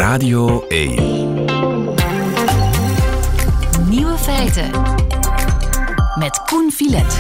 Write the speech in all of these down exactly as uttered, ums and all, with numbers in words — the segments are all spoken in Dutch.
Radio één. Nieuwe feiten. Met Koen Filet.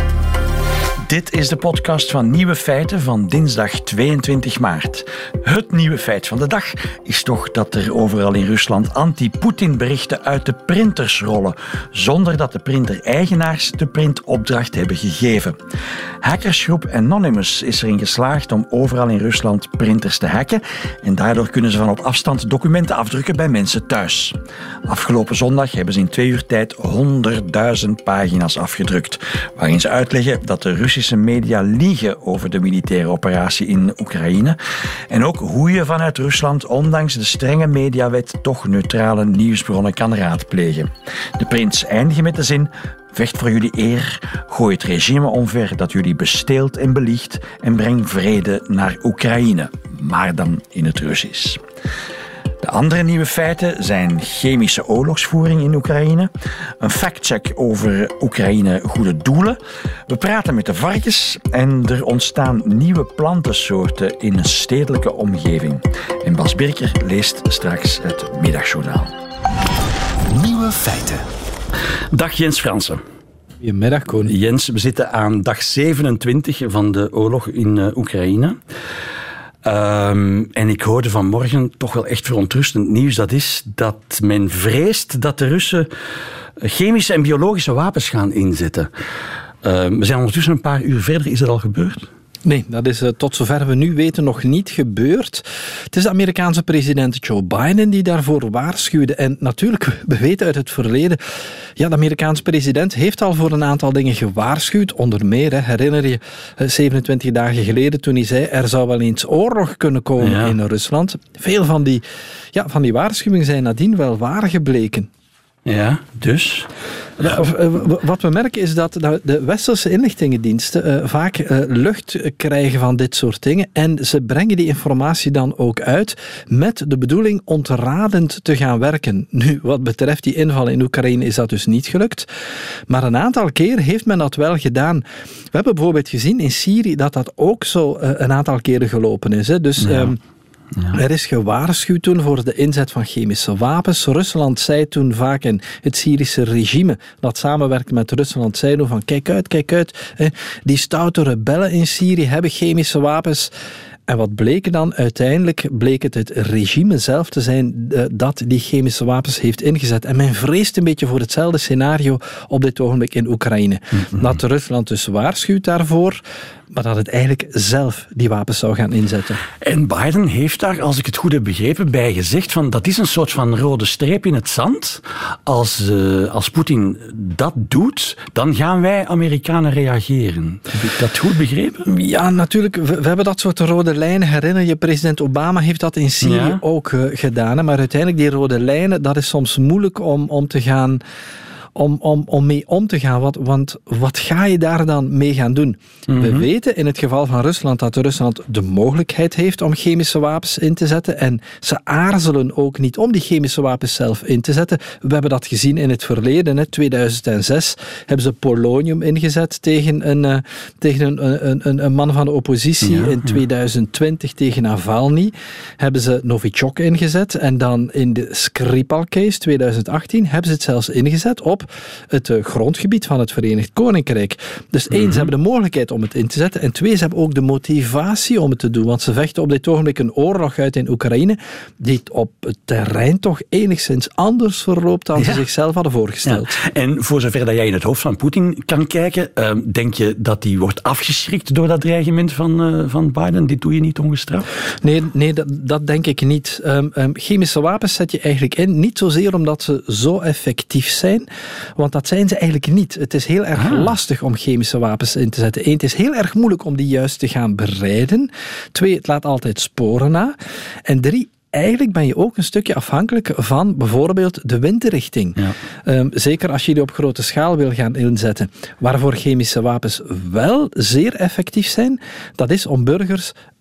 Dit is de podcast van Nieuwe Feiten van dinsdag tweeëntwintig maart. Het nieuwe feit van de dag is toch dat er overal in Rusland anti-Poetin berichten uit de printers rollen, zonder dat de printer-eigenaars de printopdracht hebben gegeven. Hackersgroep Anonymous is erin geslaagd om overal in Rusland printers te hacken en daardoor kunnen ze van op afstand documenten afdrukken bij mensen thuis. Afgelopen zondag hebben ze in twee uur tijd honderdduizend pagina's afgedrukt, waarin ze uitleggen dat de Russische media liegen over de militaire operatie in Oekraïne en ook hoe je vanuit Rusland, ondanks de strenge mediawet, toch neutrale nieuwsbronnen kan raadplegen. De prints eindigen met de zin: vecht voor jullie eer, gooi het regime omver dat jullie besteelt en beliegt en breng vrede naar Oekraïne, maar dan in het Russisch. De andere nieuwe feiten zijn chemische oorlogsvoering in Oekraïne, een factcheck over Oekraïne goede doelen, we praten met de varkens en er ontstaan nieuwe plantensoorten in een stedelijke omgeving. En Bas Birker leest straks het middagjournaal. Nieuwe feiten. Dag Jens Fransen. Goedemiddag, Koen. Jens, we zitten aan dag zevenentwintig van de oorlog in uh, Oekraïne. Um, en ik hoorde vanmorgen toch wel echt verontrustend nieuws. Dat is dat men vreest dat de Russen chemische en biologische wapens gaan inzetten. Uh, we zijn ondertussen een paar uur verder. Is dat al gebeurd? Nee, dat is uh, tot zover we nu weten nog niet gebeurd. Het is de Amerikaanse president Joe Biden die daarvoor waarschuwde. En natuurlijk, we weten uit het verleden, ja, de Amerikaanse president heeft al voor een aantal dingen gewaarschuwd. Onder meer, hè, herinner je, zevenentwintig dagen geleden toen hij zei er zou wel eens oorlog kunnen komen ja. in Rusland. Veel van die, ja, van die waarschuwingen zijn nadien wel waar gebleken. Ja, dus? Wat we merken is dat de westerse inlichtingendiensten uh, vaak uh, lucht krijgen van dit soort dingen en ze brengen die informatie dan ook uit met de bedoeling ontradend te gaan werken. Nu, wat betreft die inval in Oekraïne is dat dus niet gelukt, maar een aantal keer heeft men dat wel gedaan. We hebben bijvoorbeeld gezien in Syrië dat dat ook zo uh, een aantal keren gelopen is. Hè. Dus... Ja. Um, Ja. Er is gewaarschuwd toen voor de inzet van chemische wapens. Rusland zei toen vaak, en het Syrische regime dat samenwerkt met Rusland zei toen van kijk uit, kijk uit, die stoute rebellen in Syrië hebben chemische wapens. En wat bleek dan? Uiteindelijk bleek het het regime zelf te zijn dat die chemische wapens heeft ingezet. En men vreest een beetje voor hetzelfde scenario op dit ogenblik in Oekraïne. Mm-hmm. Dat Rusland dus waarschuwt daarvoor, maar dat het eigenlijk zelf die wapens zou gaan inzetten. En Biden heeft daar, als ik het goed heb begrepen, bij gezegd van dat is een soort van rode streep in het zand. Als, uh, als Poetin dat doet, dan gaan wij Amerikanen reageren. Heb ik dat goed begrepen? Ja, natuurlijk. We, we hebben dat soort rode lijnen. Herinner je, president Obama heeft dat in Syrië ja. ook uh, gedaan. Maar uiteindelijk, die rode lijnen, dat is soms moeilijk om, om te gaan... Om, om, om mee om te gaan. Wat, want wat ga je daar dan mee gaan doen? Mm-hmm. We weten in het geval van Rusland dat Rusland de mogelijkheid heeft om chemische wapens in te zetten. En ze aarzelen ook niet om die chemische wapens zelf in te zetten. We hebben dat gezien in het verleden. In tweeduizend zes hebben ze polonium ingezet tegen een, uh, tegen een, een, een, een man van de oppositie. Ja, in tweeduizend twintig tegen Navalny hebben ze Novichok ingezet. En dan in de Skripal-case tweeduizend achttien hebben ze het zelfs ingezet op het uh, grondgebied van het Verenigd Koninkrijk. Dus één, mm-hmm. ze hebben de mogelijkheid om het in te zetten en twee, ze hebben ook de motivatie om het te doen, want ze vechten op dit ogenblik een oorlog uit in Oekraïne die op het terrein toch enigszins anders verloopt dan ja. ze zichzelf hadden voorgesteld. Ja. En voor zover dat jij in het hoofd van Poetin kan kijken, uh, denk je dat hij wordt afgeschrikt door dat dreigement van, uh, van Biden? Dit doe je niet ongestraft? Nee, nee dat, dat denk ik niet. Um, um, chemische wapens zet je eigenlijk in, niet zozeer omdat ze zo effectief zijn, want dat zijn ze eigenlijk niet. Het is heel erg ah. lastig om chemische wapens in te zetten. Eén, het is heel erg moeilijk om die juist te gaan bereiden. Twee, het laat altijd sporen na. En drie, eigenlijk ben je ook een stukje afhankelijk van bijvoorbeeld de windrichting. Ja. Um, zeker als je die op grote schaal wil gaan inzetten. Waarvoor chemische wapens wel zeer effectief zijn, dat is om burgers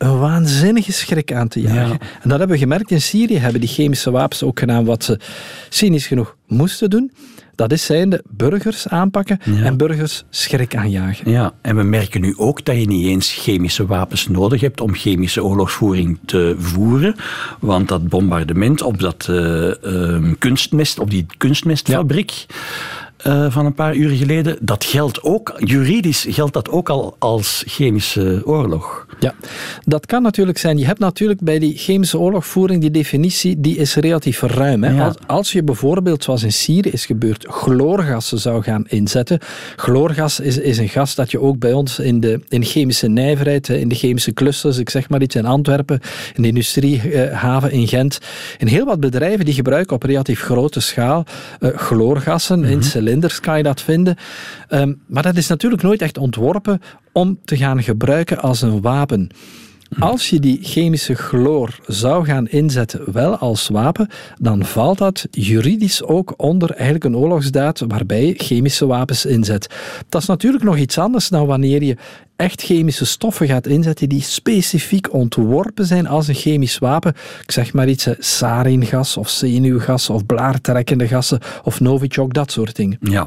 een waanzinnige schrik aan te jagen. Ja. En dat hebben we gemerkt in Syrië, hebben die chemische wapens ook gedaan wat ze cynisch genoeg moesten doen. Dat is zijnde burgers aanpakken ja. en burgers schrik aanjagen. Ja, en we merken nu ook dat je niet eens chemische wapens nodig hebt om chemische oorlogsvoering te voeren. Want dat bombardement op, dat, uh, uh, kunstmest, op die kunstmestfabriek... Ja. Uh, van een paar uur geleden, dat geldt ook, juridisch geldt dat ook al als chemische oorlog. Ja, dat kan natuurlijk zijn. Je hebt natuurlijk bij die chemische oorlogvoering, die definitie, die is relatief ruim. Hè? Ja. Als, als je bijvoorbeeld, zoals in Syrië is gebeurd, chloorgassen zou gaan inzetten. Chloorgas is, is een gas dat je ook bij ons in de in chemische nijverheid, in de chemische clusters, ik zeg maar iets, in Antwerpen, in de industriehaven in Gent, in heel wat bedrijven die gebruiken op relatief grote schaal uh, chloorgassen, mm-hmm. in cilinders kan je dat vinden. Um, maar dat is natuurlijk nooit echt ontworpen om te gaan gebruiken als een wapen. Als je die chemische chloor zou gaan inzetten wel als wapen, dan valt dat juridisch ook onder eigenlijk een oorlogsdaad waarbij je chemische wapens inzet. Dat is natuurlijk nog iets anders dan wanneer je echt chemische stoffen gaat inzetten die specifiek ontworpen zijn als een chemisch wapen. Ik zeg maar iets, saringas of zenuwgas of blaartrekkende gassen of Novichok, dat soort dingen. Ja.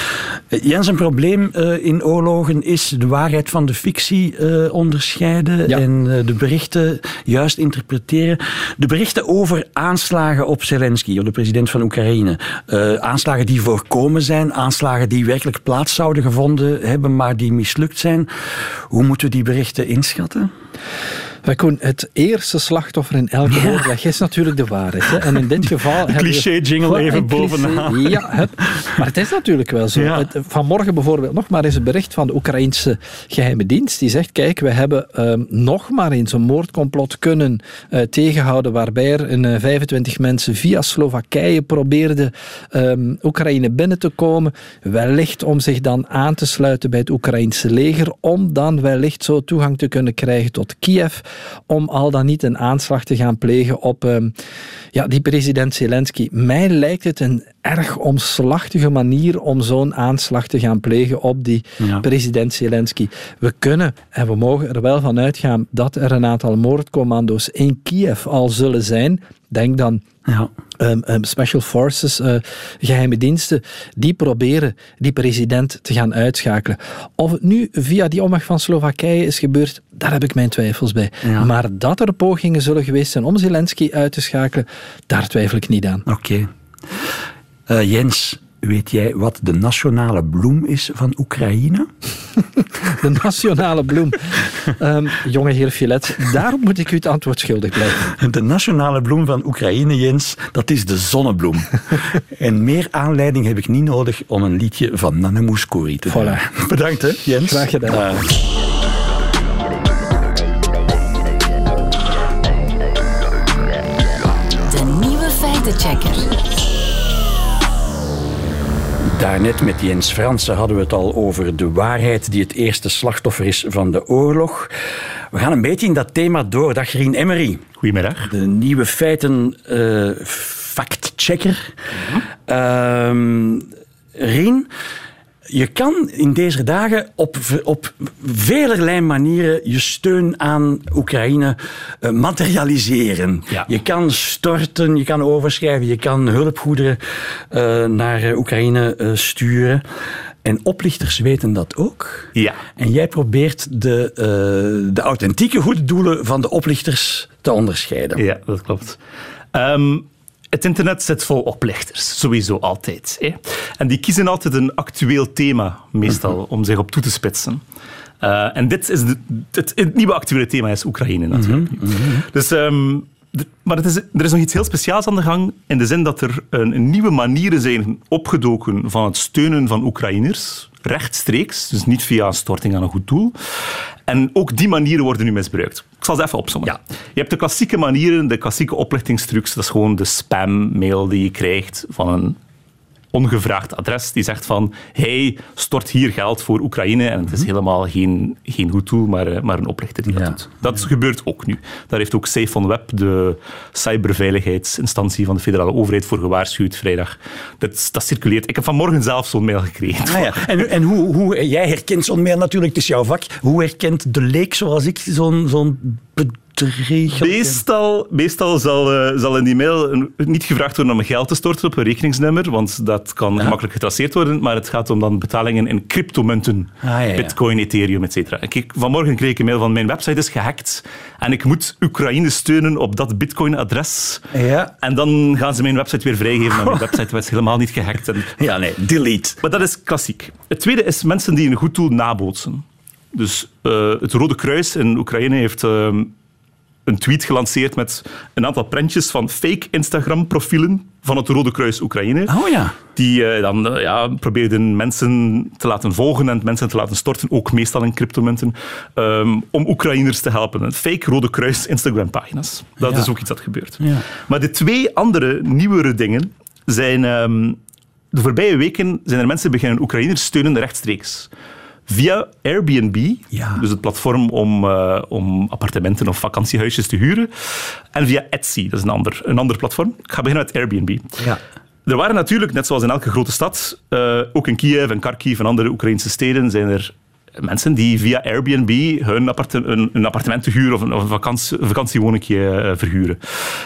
Jens, een probleem uh, in oorlogen is de waarheid van de fictie uh, onderscheiden ja. en uh, de berichten juist interpreteren. De berichten over aanslagen op Zelensky, op de president van Oekraïne. Uh, aanslagen die voorkomen zijn, aanslagen die werkelijk plaats zouden gevonden hebben, maar die mislukt zijn. Hoe moeten we die berichten inschatten? Koen, het eerste slachtoffer in elke ja. oorlog is natuurlijk de waarheid. Hè. En in dit geval... Cliché-jingle even bovenaan. Ja, het, maar het is natuurlijk wel zo. Ja. Het, vanmorgen bijvoorbeeld nog maar eens een bericht van de Oekraïnse geheime dienst. Die zegt, kijk, we hebben um, nog maar eens een moordcomplot kunnen uh, tegenhouden waarbij er een, uh, vijfentwintig mensen via Slowakije probeerden um, Oekraïne binnen te komen. Wellicht om zich dan aan te sluiten bij het Oekraïnse leger. Om dan wellicht zo toegang te kunnen krijgen tot Kiev. Om al dan niet een aanslag te gaan plegen op um, ja, die president Zelensky. Mij lijkt het een erg omslachtige manier om zo'n aanslag te gaan plegen op die ja. president Zelensky. We kunnen en we mogen er wel van uitgaan dat er een aantal moordcommando's in Kiev al zullen zijn. Denk dan ja. um, um, Special Forces, uh, geheime diensten, die proberen die president te gaan uitschakelen. Of het nu via die omweg van Slowakije is gebeurd, daar heb ik mijn twijfels bij. Ja. Maar dat er pogingen zullen geweest zijn om Zelensky uit te schakelen, daar twijfel ik niet aan. Oké. Okay. Uh, Jens, weet jij wat de nationale bloem is van Oekraïne? De nationale bloem. Um, jonge heer Filet, daarop moet ik u het antwoord schuldig blijven. De nationale bloem van Oekraïne, Jens, dat is de zonnebloem. En meer aanleiding heb ik niet nodig om een liedje van Nana Mouskouri te doen. Voilà. Bedankt, hè, Jens. Graag gedaan. Uh. De nieuwe feitenchecker. Daarnet met Jens Fransen hadden we het al over de waarheid die het eerste slachtoffer is van de oorlog. We gaan een beetje in dat thema door. Dag Rien Emery. Goedemiddag. De nieuwe feiten uh, factchecker. Uh-huh. Uh, Rien, je kan in deze dagen op, op velerlei manieren je steun aan Oekraïne uh, materialiseren. Ja. Je kan storten, je kan overschrijven, je kan hulpgoederen uh, naar uh, Oekraïne uh, sturen. En oplichters weten dat ook. Ja. En jij probeert de, uh, de authentieke goede doelen van de oplichters te onderscheiden. Ja, dat klopt. Um, Het internet zit vol oplichters, sowieso altijd. Hè? En die kiezen altijd een actueel thema, meestal, om zich op toe te spitsen. Uh, en dit is de, het, het nieuwe actuele thema is Oekraïne, natuurlijk. Mm-hmm. Mm-hmm. Dus, um, de, maar het is, er is nog iets heel speciaals aan de gang, in de zin dat er een, nieuwe manieren zijn opgedoken van het steunen van Oekraïners, rechtstreeks, dus niet via een storting aan een goed doel. En ook die manieren worden nu misbruikt. Ik zal ze even opzommen. Ja. Je hebt de klassieke manieren, de klassieke oplichtingstrucs. Dat is gewoon de spam-mail die je krijgt van een ongevraagd adres die zegt van hey, stort hier geld voor Oekraïne. En het is helemaal geen, geen goed doel, maar, maar een oplichter die dat Ja. doet. Dat gebeurt ook nu. Daar heeft ook SafeOnWeb, de cyberveiligheidsinstantie van de federale overheid, voor gewaarschuwd vrijdag. Dat, dat circuleert. Ik heb vanmorgen zelf zo'n mail gekregen. Ah, ja. En, en hoe, hoe, jij herkent zo'n mail natuurlijk, het is jouw vak. Hoe herkent de leek zoals ik zo'n, zo'n bedrieg? Meestal, meestal zal, uh, zal in die mail een- niet gevraagd worden om geld te storten op een rekeningsnummer, want dat kan gemakkelijk getraceerd worden, maar het gaat om dan betalingen in cryptomunten, Ah, ja, ja. bitcoin, ethereum, et cetera. En kijk, vanmorgen kreeg ik een mail van mijn website is gehackt en ik moet Oekraïne steunen op dat bitcoin-adres. Ja. En dan gaan ze mijn website weer vrijgeven, maar mijn website was helemaal niet gehackt. En, Ja, nee, delete. maar dat is klassiek. Het tweede is mensen die een goed doel nabootsen. Dus uh, het Rode Kruis in Oekraïne heeft uh, een tweet gelanceerd met een aantal prentjes van fake Instagram-profielen van het Rode Kruis Oekraïne. Oh ja. Die uh, dan uh, ja, probeerden mensen te laten volgen en mensen te laten storten, ook meestal in cryptomunten, um, om Oekraïners te helpen. Een fake Rode Kruis Instagram-pagina's. Dat Ja. is ook iets dat gebeurt. Ja. Maar de twee andere, nieuwere dingen zijn... Um, de voorbije weken zijn er mensen beginnen Oekraïners steunen rechtstreeks. Via Airbnb, Ja. dus het platform om, uh, om appartementen of vakantiehuisjes te huren. En via Etsy, dat is een ander, een ander platform. Ik ga beginnen met Airbnb. Ja. Er waren natuurlijk, net zoals in elke grote stad, uh, ook in Kiev en Kharkiv en andere Oekraïnse steden, zijn er mensen die via Airbnb hun aparte- een, een appartement te huren of een, of een vakantie, een vakantiewoningje uh, verhuren.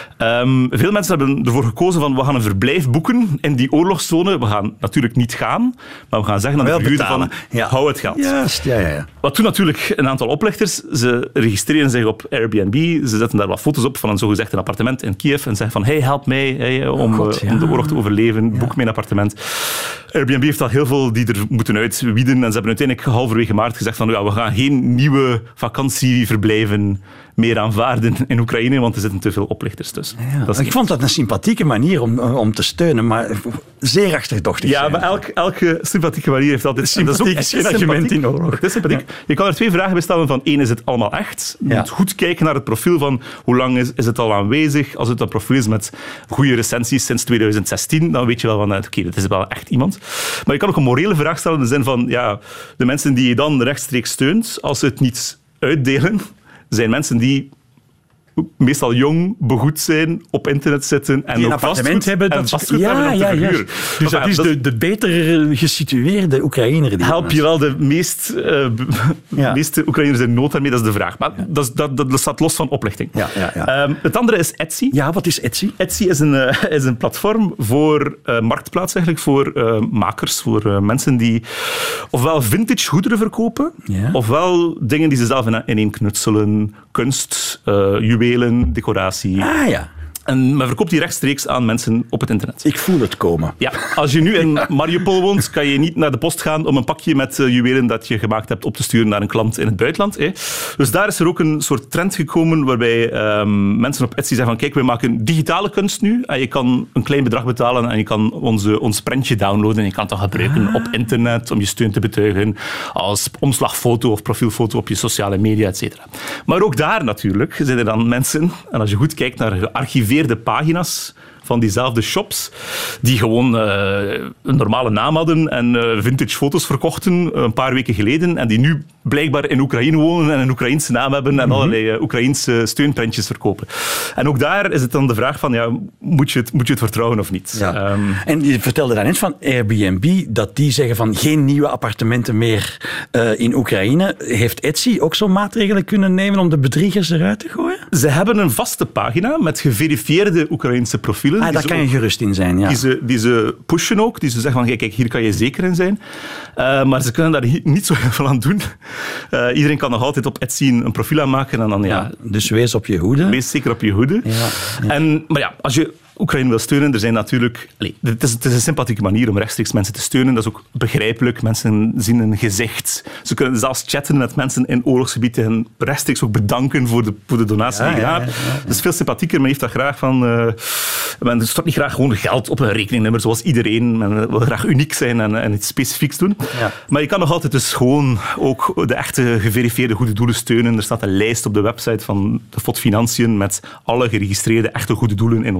Um, veel mensen hebben ervoor gekozen van we gaan een verblijf boeken in die oorlogszone. We gaan natuurlijk niet gaan, maar we gaan zeggen aan de Wel verhuurder van betalen. Ja. hou het geld. Juist, ja, ja, ja. Wat doen natuurlijk een aantal oplichters? Ze registreren zich op Airbnb, ze zetten daar wat foto's op van een zogezegd een appartement in Kiev en zeggen van hey, help mij hey, om, God, uh, ja. om de oorlog te overleven, boek mijn appartement. Airbnb heeft al heel veel die er moeten uitwieden en ze hebben uiteindelijk halverwege maart gezegd van ja, we gaan geen nieuwe vakantieverblijven meer aanvaarden in Oekraïne, want er zitten te veel oplichters tussen. Ja. Dat is Ik vond dat een sympathieke manier om, om te steunen, maar zeer achterdochtig. Ja, zijn. maar elk, elke sympathieke manier heeft altijd... Sympathiek en dat is ook- geen het argument sympathiek. in oorlog. Het is sympathiek. Je kan er twee vragen bij stellen van één, is het allemaal echt? Je Ja. moet goed kijken naar het profiel van hoe lang is, is het al aanwezig. Als het een profiel is met goede recensies sinds tweeduizend zestien, dan weet je wel van, oké, okay, dat is wel echt iemand. Maar je kan ook een morele vraag stellen in de zin van, ja, de mensen die je dan rechtstreeks steunt, als ze het niet uitdelen, zijn mensen die meestal jong, begoed zijn, op internet zitten en Die een ook appartement vastgoed, hebben. en Dat vastgoed ja, hebben om te ja, ja. verhuren. Dus Maar dat ja, is de, de beter gesitueerde Oekraïner. Die help je wel de meest, uh, Ja. meeste Oekraïners in nood daarmee? Dat is de vraag. Maar dat, is- dat, dat staat los van oplichting. Ja, ja, ja. Um, het andere is Etsy. Ja, wat is Etsy? Etsy is een, uh, is een platform voor uh, marktplaats eigenlijk, voor uh, makers, voor uh, mensen die ofwel vintage goederen verkopen, Ja. ofwel dingen die ze zelf in- ineen knutselen, kunst, uh, juwelen, decoratie. Ah ja, En men verkoopt die rechtstreeks aan mensen op het internet. ik voel het komen. Ja, als je nu in Mariupol woont, kan je niet naar de post gaan om een pakje met uh, juwelen dat je gemaakt hebt op te sturen naar een klant in het buitenland. Hè. Dus daar is er ook een soort trend gekomen waarbij um, mensen op Etsy zeggen van kijk, we maken digitale kunst nu en je kan een klein bedrag betalen en je kan onze, ons prentje downloaden en je kan het dan gebruiken Ah. op internet om je steun te betuigen als omslagfoto of profielfoto op je sociale media, et cetera. Maar ook daar natuurlijk zijn er dan mensen, en als je goed kijkt naar gearchiveerde pagina's van diezelfde shops, die gewoon uh, een normale naam hadden en uh, vintage foto's verkochten een paar weken geleden en die nu blijkbaar in Oekraïne wonen en een Oekraïense naam hebben en Mm-hmm. allerlei uh, Oekraïense steunprentjes verkopen. En ook daar is het dan de vraag van, ja, moet je het, moet je het vertrouwen of niet? Ja. Um, En je vertelde daarnet van Airbnb, dat die zeggen van geen nieuwe appartementen meer uh, in Oekraïne. Heeft Etsy ook zo'n maatregelen kunnen nemen om de bedriegers eruit te gooien? ze hebben een vaste pagina met geverifieerde Oekraïense profielen. Ah, die daar ze kan je ook- gerust in zijn, ja. Die ze, die ze pushen ook, die ze zeggen van kijk, kijk, hier kan je zeker in zijn. Uh, maar ze kunnen daar hi- niet zo heel veel aan doen. Uh, iedereen kan nog altijd op Etsy een een profiel aanmaken en dan ja, Ja, dus wees op je hoede. wees zeker op je hoede. Ja, ja. En, maar ja, als je Oekraïne wil steunen, er zijn natuurlijk... Allez, het, is, het is een sympathieke manier om rechtstreeks mensen te steunen. Dat is ook begrijpelijk. Mensen zien een gezicht. Ze kunnen zelfs chatten met mensen in oorlogsgebieden en rechtstreeks ook bedanken voor de, voor de donatie die je Ja, gedaan ja, hebt. ja, ja. Dat is veel sympathieker. Men heeft dat graag van... Uh, men stort niet graag gewoon geld op een rekeningnummer, zoals iedereen. Men wil graag uniek zijn en, en iets specifieks doen. Ja. Maar je kan nog altijd dus gewoon ook de echte geverifieerde goede doelen steunen. Er staat een lijst op de website van de F O D Financiën met alle geregistreerde echte goede doelen in ons land.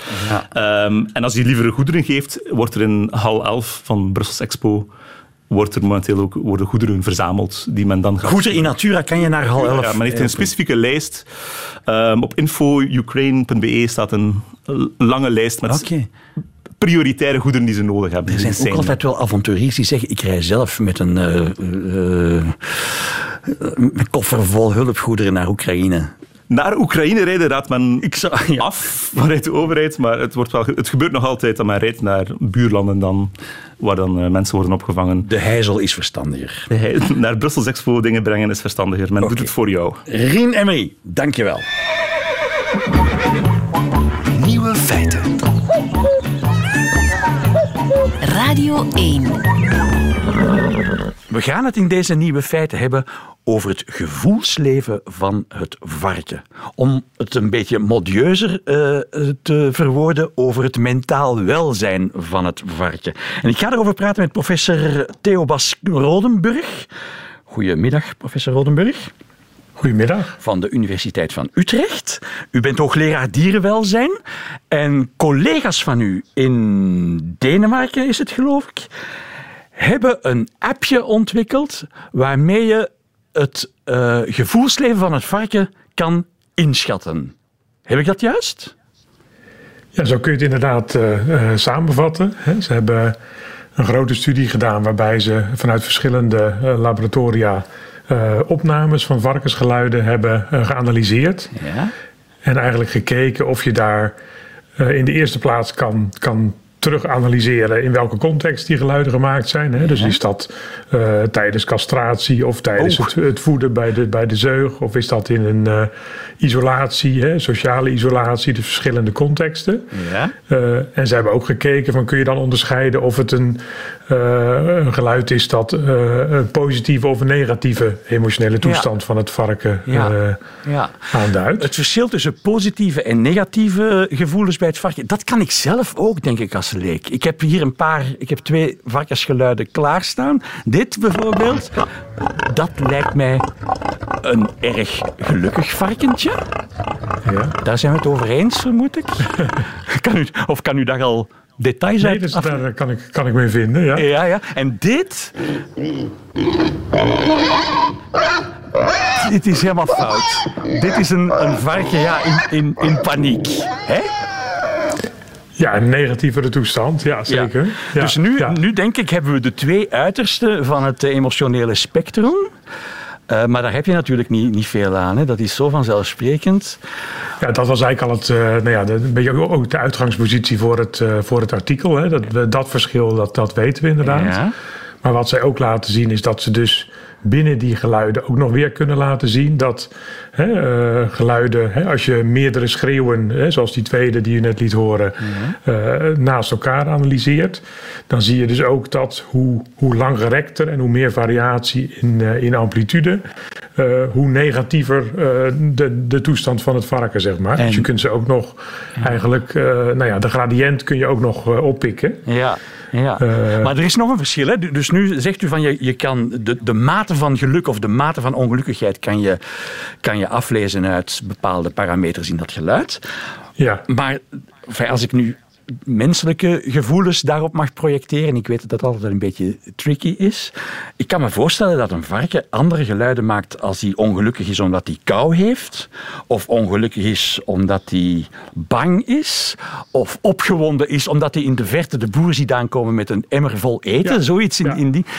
Ja. Um, en als je liever goederen geeft, wordt er in hal elf van Brussels Expo wordt er momenteel ook worden goederen verzameld die men dan gaat... Goederen in natura kan je naar hal elf. Ja, men heeft een specifieke lijst. Um, op info ukraine punt b e staat een lange lijst met okay. prioritaire goederen die ze nodig hebben. Er zijn ook altijd wel avonturiers die zeggen, ik rij zelf met een uh, uh, een koffer vol hulpgoederen naar Oekraïne. Naar Oekraïne rijden raadt men ik zou, ja. af vanuit de overheid, maar het, wordt wel, het gebeurt nog altijd dat men rijdt naar buurlanden dan, waar dan uh, mensen worden opgevangen. De heizel is verstandiger. De hei, naar Brussels Expo dingen brengen is verstandiger. Men okay. doet het voor jou. Rien Emery, dankjewel. Nieuwe feiten. Radio één. We gaan het in deze nieuwe feiten hebben over het gevoelsleven van het varken. Om het een beetje modieuzer uh, te verwoorden, over het mentaal welzijn van het varken. En ik ga erover praten met professor Theobas Rodenburg. Goedemiddag, professor Rodenburg. Goedemiddag. Van de Universiteit van Utrecht. U bent hoogleraar dierenwelzijn. En collega's van u in Denemarken, is het geloof ik, hebben een appje ontwikkeld waarmee je het uh, gevoelsleven van het varken kan inschatten. Heb ik dat juist? Ja, zo kun je het inderdaad uh, uh, samenvatten. He, ze hebben een grote studie gedaan waarbij ze vanuit verschillende uh, laboratoria uh, opnames van varkensgeluiden hebben uh, geanalyseerd. Ja. En eigenlijk gekeken of je daar uh, in de eerste plaats kan, kan terug analyseren in welke context die geluiden gemaakt zijn. Hè? Dus is dat uh, tijdens castratie of tijdens het, het voeden bij de, bij de zeug, of is dat in een uh, isolatie, hè? Sociale isolatie, de verschillende contexten. Ja. Uh, en ze hebben ook gekeken van kun je dan onderscheiden of het een, uh, een geluid is dat uh, een positieve of een negatieve emotionele toestand ja. van het varken uh, ja. Ja. aanduidt. Het verschil tussen positieve en negatieve gevoelens bij het varken, dat kan ik zelf ook, denk ik, als leek. Ik heb hier een paar, ik heb twee varkensgeluiden klaarstaan. Dit bijvoorbeeld, dat lijkt mij een erg gelukkig varkentje. Ja. Daar zijn we het over eens, vermoed ik. Kan u, of kan u daar al details nee, uit? Dus daar kan ik, kan ik mee vinden, ja. Ja, ja. En dit... Dit is helemaal fout. Dit is een, een varken ja, in, in, in paniek. Hè? Ja, een negatievere toestand, ja zeker. Ja. Ja. Dus nu, ja. nu denk ik hebben we de twee uitersten van het emotionele spectrum. Uh, maar daar heb je natuurlijk niet, niet veel aan. Hè. Dat is zo vanzelfsprekend. Ja, dat was eigenlijk al het, uh, nou ja, de, een beetje ook de uitgangspositie voor het, uh, voor het artikel. Hè. Dat, dat verschil, dat, dat weten we inderdaad. Ja. Maar wat zij ook laten zien is dat ze dus binnen die geluiden ook nog weer kunnen laten zien dat hè, uh, geluiden, hè, als je meerdere schreeuwen, hè, zoals die tweede die je net liet horen, mm-hmm. uh, naast elkaar analyseert, dan zie je dus ook dat hoe, hoe langgerekter en hoe meer variatie in, uh, in amplitude, uh, hoe negatiever uh, de, de toestand van het varken, zeg maar. En, dus je kunt ze ook nog ja. eigenlijk, uh, nou ja, de gradient kun je ook nog uh, oppikken. Ja. Ja, uh, maar er is nog een verschil. Hè? Dus nu zegt u van je, je kan de, de mate van geluk of de mate van ongelukkigheid kan je, kan je aflezen uit bepaalde parameters in dat geluid. Ja. Maar als ik nu menselijke gevoelens daarop mag projecteren, ik weet dat dat altijd een beetje tricky is. Ik kan me voorstellen dat een varken andere geluiden maakt als hij ongelukkig is omdat hij kou heeft, of ongelukkig is omdat hij bang is, of opgewonden is omdat hij in de verte de boer ziet aankomen met een emmer vol eten. Ja. Zoiets in, ja. in die...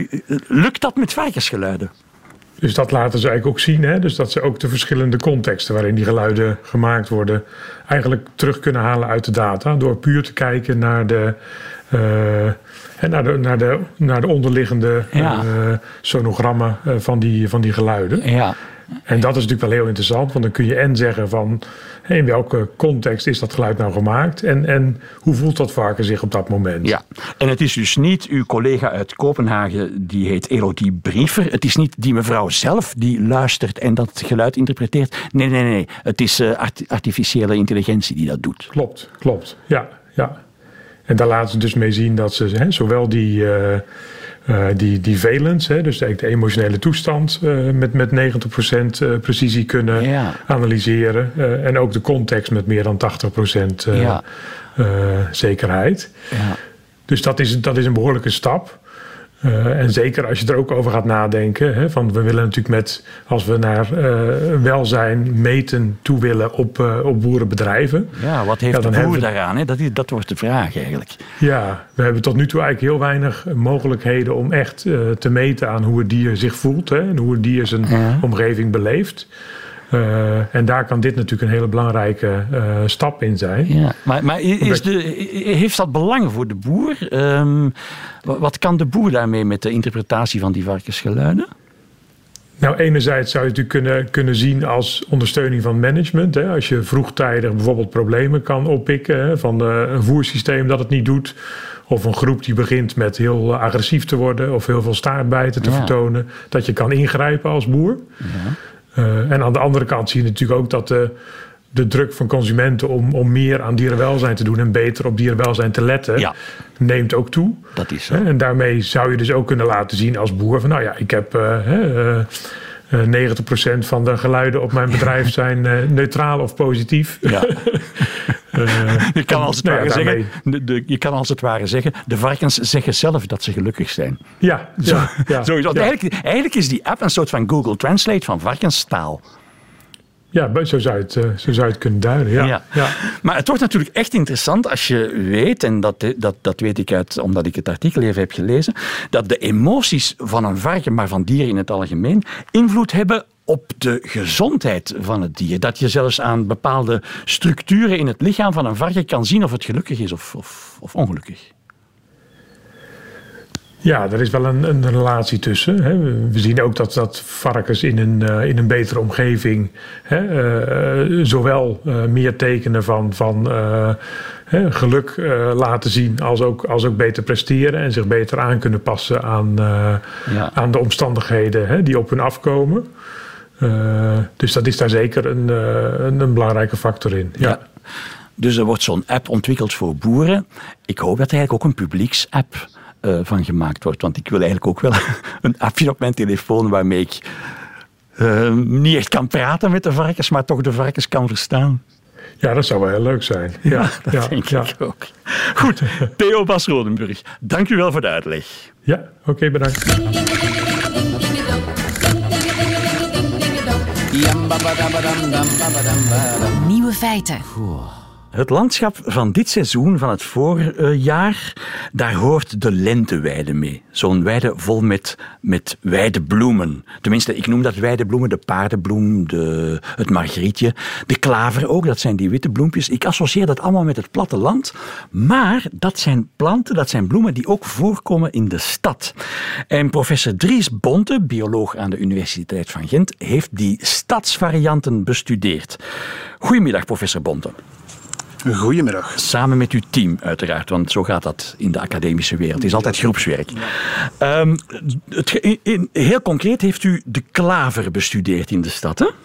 Lukt dat met varkensgeluiden? Dus dat laten ze eigenlijk ook zien. Hè? Dus dat ze ook de verschillende contexten waarin die geluiden gemaakt worden eigenlijk terug kunnen halen uit de data. Door puur te kijken naar de, uh, naar de, naar de, naar de onderliggende ja. uh, sonogrammen uh, van, die, van die geluiden. Ja. En dat is natuurlijk wel heel interessant. Want dan kun je en zeggen van in welke context is dat geluid nou gemaakt? En, en hoe voelt dat varken zich op dat moment? Ja, en het is dus niet uw collega uit Kopenhagen, die heet Elodie Briefer. Het is niet die mevrouw zelf die luistert en dat geluid interpreteert. Nee, nee, nee. Het is uh, art- artificiële intelligentie die dat doet. Klopt, klopt. Ja, ja. En daar laten ze dus mee zien dat ze hè, zowel die... Uh, Uh, die, die valence, hè, dus de, de emotionele toestand uh, met, met negentig procent uh, precisie kunnen ja. analyseren. Uh, en ook de context met meer dan tachtig procent uh, ja. uh, zekerheid. Ja. Dus dat is, dat is een behoorlijke stap. Uh, en zeker als je er ook over gaat nadenken. Hè, van we willen natuurlijk met, als we naar uh, welzijn meten toe willen op, uh, op boerenbedrijven. Ja, wat heeft ja, de boer we, daaraan? Hè? Dat, is, dat wordt de vraag eigenlijk. Ja, we hebben tot nu toe eigenlijk heel weinig mogelijkheden om echt uh, te meten aan hoe het dier zich voelt. Hè, en hoe het dier zijn ja. omgeving beleeft. Uh, en daar kan dit natuurlijk een hele belangrijke uh, stap in zijn. Ja, maar maar is de, heeft dat belang voor de boer? Um, wat kan de boer daarmee met de interpretatie van die varkensgeluiden? Nou, enerzijds zou je het natuurlijk kunnen, kunnen zien als ondersteuning van management. Hè. Als je vroegtijdig bijvoorbeeld problemen kan oppikken, hè, van uh, een voersysteem dat het niet doet. Of een groep die begint met heel agressief te worden of heel veel staartbijten te ja. vertonen. Dat je kan ingrijpen als boer. Ja. Uh, en aan de andere kant zie je natuurlijk ook dat de, de druk van consumenten om, om meer aan dierenwelzijn te doen en beter op dierenwelzijn te letten, ja. neemt ook toe. Dat is zo. En daarmee zou je dus ook kunnen laten zien als boer van nou ja, ik heb uh, uh, uh, negentig procent van de geluiden op mijn bedrijf zijn uh, neutraal of positief. Ja. Uh, je, kan als het nou ja, ware zeggen, de, de, je kan als het ware zeggen, de varkens zeggen zelf dat ze gelukkig zijn. Ja, zo, ja, ja, zo is ja. Eigenlijk, eigenlijk is die app een soort van Google Translate van varkenstaal. Ja, zo zou je het, zo zou je het kunnen duiden. Ja. Ja. Ja. Maar het wordt natuurlijk echt interessant als je weet, en dat, dat, dat weet ik uit omdat ik het artikel even heb gelezen, dat de emoties van een varken, maar van dieren in het algemeen, invloed hebben op de gezondheid van het dier. Dat je zelfs aan bepaalde structuren in het lichaam van een varken kan zien of het gelukkig is of, of, of ongelukkig. Ja, er is wel een, een relatie tussen. Hè. We zien ook dat, dat varkens in een, uh, in een betere omgeving hè, uh, zowel uh, meer tekenen van, van uh, hè, geluk uh, laten zien als ook, als ook beter presteren en zich beter aan kunnen passen aan, uh, ja. aan de omstandigheden hè, die op hun afkomen. Uh, dus dat is daar zeker een, uh, een, een belangrijke factor in. Ja. Ja. Dus er wordt zo'n app ontwikkeld voor boeren. Ik hoop dat er eigenlijk ook een publieks-app uh, van gemaakt wordt. Want ik wil eigenlijk ook wel een appje op mijn telefoon waarmee ik uh, niet echt kan praten met de varkens, maar toch de varkens kan verstaan. Ja, dat zou wel heel leuk zijn. Ja, ja dat ja, denk ja. ik ook. Goed, Theo Bas-Rodenburg, dank u wel voor de uitleg. Ja, oké, okay, bedankt. Nieuwe feiten. Het landschap van dit seizoen, van het voorjaar, daar hoort de lenteweide mee. Zo'n weide vol met, met weidebloemen. Tenminste, ik noem dat weidebloemen, de paardenbloem, de, het margrietje, de klaver ook, dat zijn die witte bloempjes. Ik associeer dat allemaal met het platteland. Maar dat zijn planten, dat zijn bloemen die ook voorkomen in de stad. En professor Dries Bonte, bioloog aan de Universiteit van Gent, heeft die stadsvarianten bestudeerd. Goedemiddag, professor Bonte. Goedemiddag. Samen met uw team uiteraard, want zo gaat dat in de academische wereld. Het is altijd groepswerk. Ja. Um, het, in, in, heel concreet heeft u de klaver bestudeerd in de stad, hè?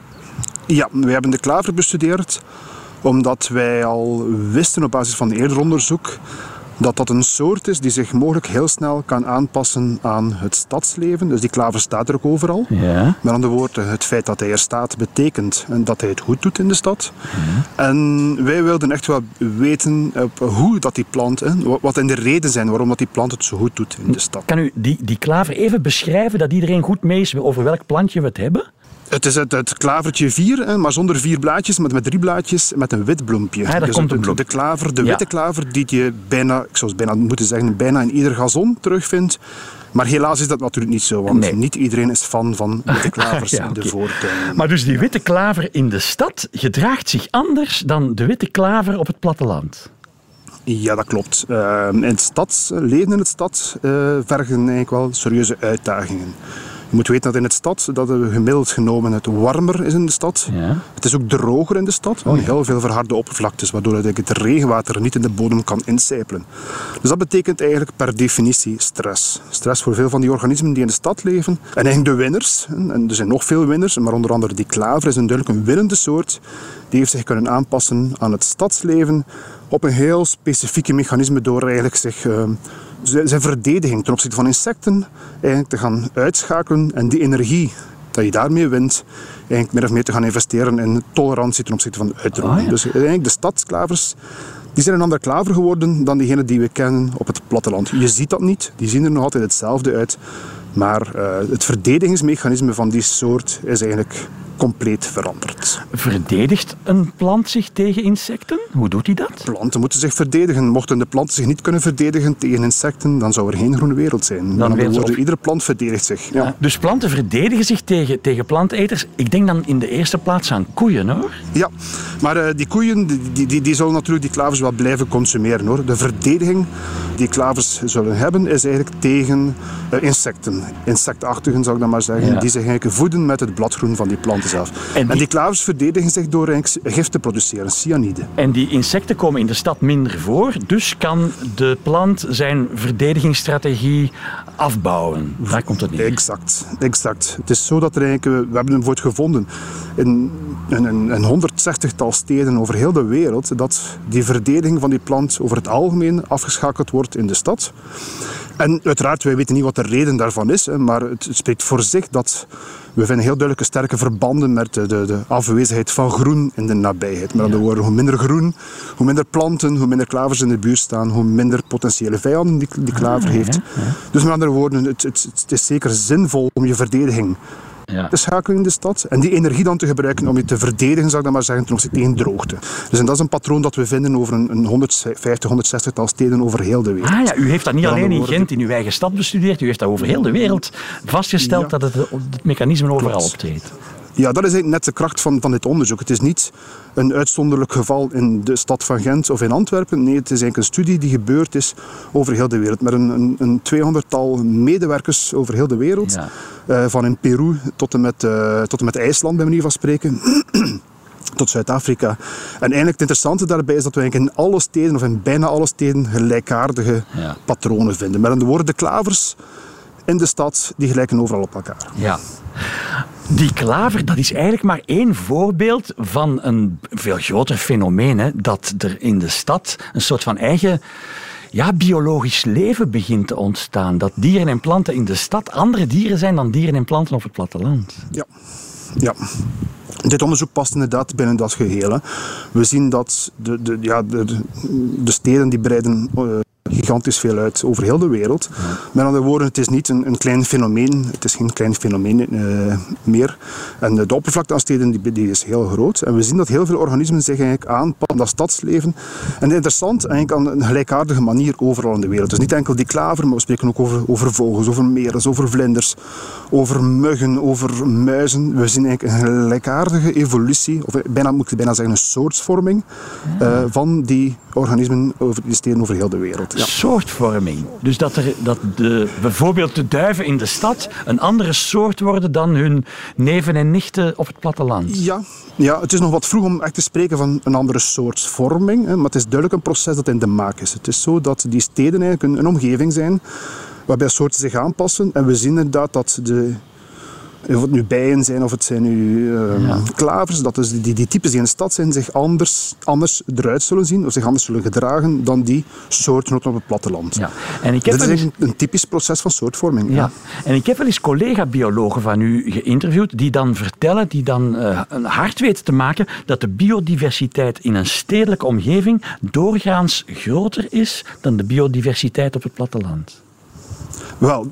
Ja, we hebben de klaver bestudeerd omdat wij al wisten op basis van eerder onderzoek dat dat een soort is die zich mogelijk heel snel kan aanpassen aan het stadsleven. Dus die klaver staat er ook overal. Ja. Met andere woorden, het feit dat hij er staat betekent dat hij het goed doet in de stad. Ja. En wij wilden echt wel weten hoe dat die plant, wat in de reden zijn waarom dat die plant het zo goed doet in de stad. Kan u die, die klaver even beschrijven, dat iedereen goed mee is over welk plantje we het hebben? Het is het, het klavertje vier, maar zonder vier blaadjes, maar met drie blaadjes met een wit bloempje. Ah, daar dus komt een bloem. De, klaver, de ja. witte klaver die je bijna, ik zou bijna moeten zeggen, bijna in ieder gazon terugvindt. Maar helaas is dat natuurlijk niet zo, want nee. niet iedereen is fan van witte klavers ja, in de okay. voortuin. Maar dus die witte klaver in de stad gedraagt zich anders dan de witte klaver op het platteland? Ja, dat klopt. Uh, in het stad, leven in het stad uh, vergen eigenlijk wel serieuze uitdagingen. Je moet weten dat in de stad dat het gemiddeld genomen het warmer is in de stad. Ja. Het is ook droger in de stad. Oh, ja. Heel veel verharde oppervlaktes, waardoor het regenwater niet in de bodem kan incijpelen. Dus dat betekent eigenlijk per definitie stress. Stress voor veel van die organismen die in de stad leven. En eigenlijk de winners, en er zijn nog veel winners, maar onder andere die klaver is een duidelijk een winnende soort die heeft zich kunnen aanpassen aan het stadsleven op een heel specifieke mechanisme door eigenlijk zich, uh, zijn verdediging ten opzichte van insecten eigenlijk te gaan uitschakelen en die energie dat je daarmee wint, eigenlijk meer of meer te gaan investeren in tolerantie ten opzichte van de uitdroging. Oh, ja. Dus eigenlijk de stadsklavers, die zijn een andere klaver geworden dan diegenen die we kennen op het platteland. Je ziet dat niet, die zien er nog altijd hetzelfde uit. Maar uh, het verdedigingsmechanisme van die soort is eigenlijk compleet veranderd. Verdedigt een plant zich tegen insecten? Hoe doet hij dat? Planten moeten zich verdedigen. Mochten de planten zich niet kunnen verdedigen tegen insecten, dan zou er geen groene wereld zijn. Dan dan worden, iedere plant verdedigt zich. Ja. Ja, dus planten verdedigen zich tegen, tegen planteters. Ik denk dan in de eerste plaats aan koeien, hoor. Ja, maar uh, die koeien die, die, die zullen natuurlijk die klavers wel blijven consumeren, hoor. De verdediging die klavers zullen hebben, is eigenlijk tegen uh, insecten. Insectachtigen, zou ik dan maar zeggen. Ja. Die zich eigenlijk voeden met het bladgroen van die planten zelf. En die, en die klavers verdedigen zich door gif te produceren, cyanide. En die insecten komen in de stad minder voor, dus kan de plant zijn verdedigingsstrategie afbouwen. Daar komt het neer. Exact, exact. Het is zo dat er eigenlijk, we hebben hem bijvoorbeeld gevonden in een, een, een honderdzestigtal steden over heel de wereld, dat die verdediging van die plant over het algemeen afgeschakeld wordt in de stad. En uiteraard, wij weten niet wat de reden daarvan is, maar het, het spreekt voor zich dat we vinden heel duidelijke sterke verbanden met de, de, de afwezigheid van groen in de nabijheid. Met andere woorden, hoe minder groen, hoe minder planten, hoe minder klavers in de buurt staan, hoe minder potentiële vijanden die, die klaver heeft. Ja, ja, ja. Dus met andere woorden, het, het, het is zeker zinvol om je verdediging ja. te schakelen in de stad. En die energie dan te gebruiken om je te verdedigen, zou ik dan maar zeggen, ten opzichte tegen droogte. Dus en dat is een patroon dat we vinden over een, een honderdvijftig, honderdzestigtal steden over heel de wereld. Ah ja, u heeft dat niet dan alleen in Gent, in uw eigen stad bestudeerd, u heeft dat over heel de wereld vastgesteld ja. dat het, het mechanisme overal optreedt. Ja, dat is eigenlijk net de kracht van, van dit onderzoek. Het is niet een uitzonderlijk geval in de stad van Gent of in Antwerpen. Nee, het is eigenlijk een studie die gebeurd is over heel de wereld. Met een, een, een tweehonderdtal medewerkers over heel de wereld. Ja. Uh, van in Peru tot en, met, uh, tot en met IJsland, bij manier van spreken. Tot Zuid-Afrika. En eigenlijk het interessante daarbij is dat we eigenlijk in alle steden, of in bijna alle steden, gelijkaardige ja. patronen vinden. Met andere woorden, de klavers in de stad, die gelijken overal op elkaar. Ja. Die klaver, dat is eigenlijk maar één voorbeeld van een veel groter fenomeen. Hè, dat er in de stad een soort van eigen ja, biologisch leven begint te ontstaan. Dat dieren en planten in de stad andere dieren zijn dan dieren en planten op het platteland. Ja, ja. Dit onderzoek past inderdaad binnen dat geheel. Hè. We zien dat de, de, ja, de, de steden die breiden uh, gigantisch veel uit over heel de wereld. Ja. Met andere woorden, het is niet een, een klein fenomeen. Het is geen klein fenomeen uh, meer. En de oppervlakte aan steden die, die is heel groot. En we zien dat heel veel organismen zich eigenlijk aanpassen aan dat stadsleven. En interessant, eigenlijk aan een gelijkaardige manier overal in de wereld. Dus niet enkel die klaver, maar we spreken ook over, over vogels, over merels, over vlinders, over muggen, over muizen. We zien eigenlijk een gelijkaardige evolutie, of bijna, moet ik bijna zeggen een soortvorming, uh, van die organismen over die steden over heel de wereld. Ja. Soortvorming. Dus dat, er, dat de, bijvoorbeeld de duiven in de stad een andere soort worden dan hun neven en nichten op het platteland. Ja, ja, het is nog wat vroeg om echt te spreken van een andere soortvorming, hè, maar het is duidelijk een proces dat in de maak is. Het is zo dat die steden eigenlijk een, een omgeving zijn waarbij soorten zich aanpassen. En we zien inderdaad dat de... Of het nu bijen zijn of het zijn nu uh, ja. klavers, dat dus die, die types die in de stad zijn zich anders, anders eruit zullen zien of zich anders zullen gedragen dan die soorten op het platteland. Ja. En ik heb dat is eens... een typisch proces van soortvorming. Ja. Ja. En ik heb wel eens collega-biologen van u geïnterviewd die dan vertellen, die dan uh, hard weten te maken dat de biodiversiteit in een stedelijke omgeving doorgaans groter is dan de biodiversiteit op het platteland. Wel,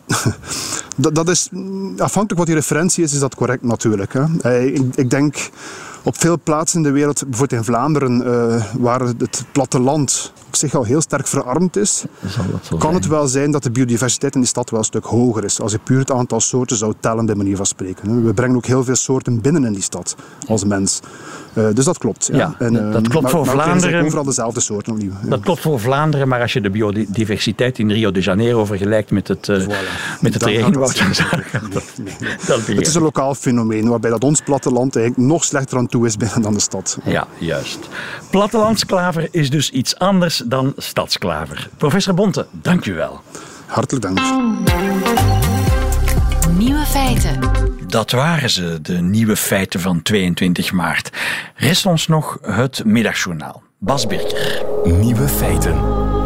dat, dat is afhankelijk wat die referentie is, is dat correct natuurlijk. Hè. Ik, ik denk op veel plaatsen in de wereld, bijvoorbeeld in Vlaanderen, uh, waar het platteland op zich al heel sterk verarmd is, kan zijn. Het wel zijn dat de biodiversiteit in die stad wel een stuk hoger is. Als je puur het aantal soorten zou tellen, bij manier van spreken. We brengen ook heel veel soorten binnen in die stad als mens. Uh, dus dat klopt. Ja. Ja, en, uh, dat klopt maar, voor maar Vlaanderen. Overal dezelfde soorten opnieuw. Ja. Dat klopt voor Vlaanderen, maar als je de biodiversiteit in Rio de Janeiro vergelijkt met het, uh, voilà. met het regenwoud, dan nee, nee, nee. Het is een lokaal fenomeen waarbij dat ons platteland eigenlijk nog slechter aan toe is binnen dan de stad. Ja, juist. Plattelandsklaver is dus iets anders dan stadsklaver. Professor Bonte, dank u wel. Hartelijk dank. Nieuwe feiten. Dat waren ze, de nieuwe feiten van tweeëntwintig maart. Rest ons nog het middagjournaal. Bas Birker. Nieuwe feiten.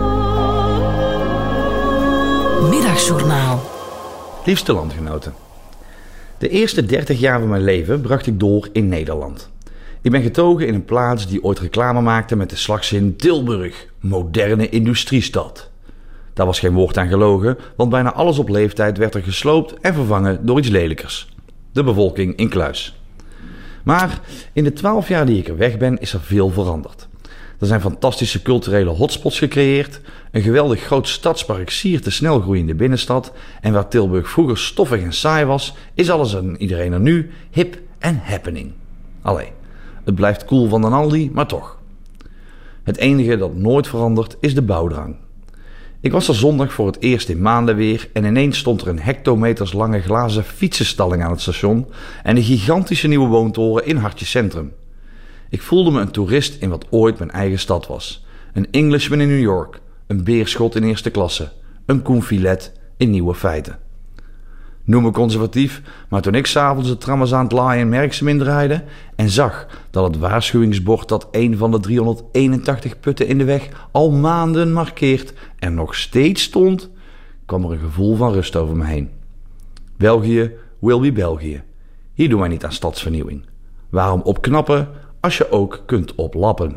Middagjournaal. Liefste landgenoten. De eerste dertig jaar van mijn leven bracht ik door in Nederland. Ik ben getogen in een plaats die ooit reclame maakte met de slagzin Tilburg, moderne industriestad. Daar was geen woord aan gelogen, want bijna alles op leeftijd werd er gesloopt en vervangen door iets lelijkers. De bevolking in kluis. Maar in de twaalf jaar die ik er weg ben is er veel veranderd. Er zijn fantastische culturele hotspots gecreëerd, een geweldig groot stadspark siert de snel groeiende binnenstad en waar Tilburg vroeger stoffig en saai was, is alles en iedereen er nu hip en happening. Allee, het blijft cool van den Aldi, maar toch. Het enige dat nooit verandert is de bouwdrang. Ik was er zondag voor het eerst in maanden weer en ineens stond er een hectometers lange glazen fietsenstalling aan het station en een gigantische nieuwe woontoren in Hartje Centrum. Ik voelde me een toerist in wat ooit mijn eigen stad was. Een Englishman in New York, een beerschot in eerste klasse, een Koenfilet in Nieuwe Feiten. Noem me conservatief, maar toen ik s'avonds de tram was aan het laaien in Merksem indraaide en zag dat het waarschuwingsbord dat een van de driehonderdeenentachtig putten in de weg al maanden markeert en nog steeds stond, kwam er een gevoel van rust over me heen. België will be België. Hier doen wij niet aan stadsvernieuwing. Waarom opknappen als je ook kunt oplappen?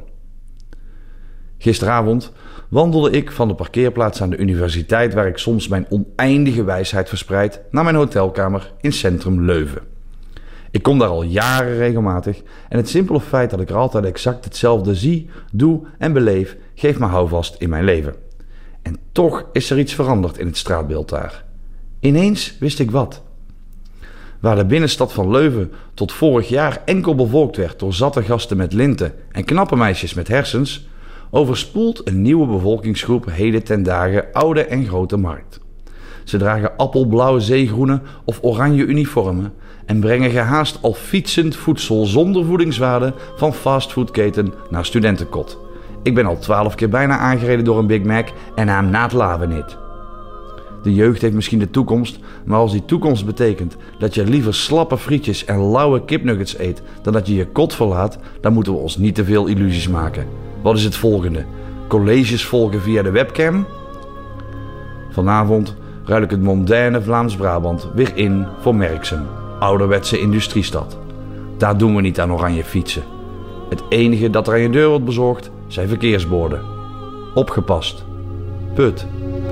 Gisteravond wandelde ik van de parkeerplaats aan de universiteit, waar ik soms mijn oneindige wijsheid verspreid, naar mijn hotelkamer in centrum Leuven. Ik kom daar al jaren regelmatig en het simpele feit dat ik er altijd exact hetzelfde zie, doe en beleef, geeft me houvast in mijn leven. En toch is er iets veranderd in het straatbeeld daar. Ineens wist ik wat. Waar de binnenstad van Leuven tot vorig jaar enkel bevolkt werd door zatte gasten met linten en knappe meisjes met hersens, overspoelt een nieuwe bevolkingsgroep heden ten dagen oude en grote markt. Ze dragen appelblauwe zeegroene of oranje uniformen en brengen gehaast al fietsend voedsel zonder voedingswaarde van fastfoodketen naar studentenkot. Ik ben al twaalf keer bijna aangereden door een Big Mac en I'm not loving it. De jeugd heeft misschien de toekomst, maar als die toekomst betekent dat je liever slappe frietjes en lauwe kipnuggets eet dan dat je je kot verlaat, dan moeten we ons niet te veel illusies maken. Wat is het volgende? Colleges volgen via de webcam? Vanavond ruil ik het mondaine Vlaams-Brabant weer in voor Merksem, ouderwetse industriestad. Daar doen we niet aan oranje fietsen. Het enige dat er aan je deur wordt bezorgd zijn verkeersborden. Opgepast. Put.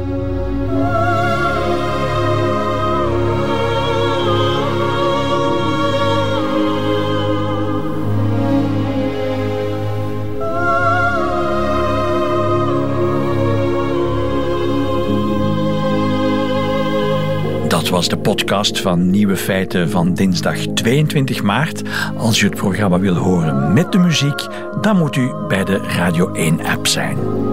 Dat was de podcast van Nieuwe Feiten van dinsdag tweeëntwintig maart. Als u het programma wil horen met de muziek, dan moet u bij de Radio één app zijn.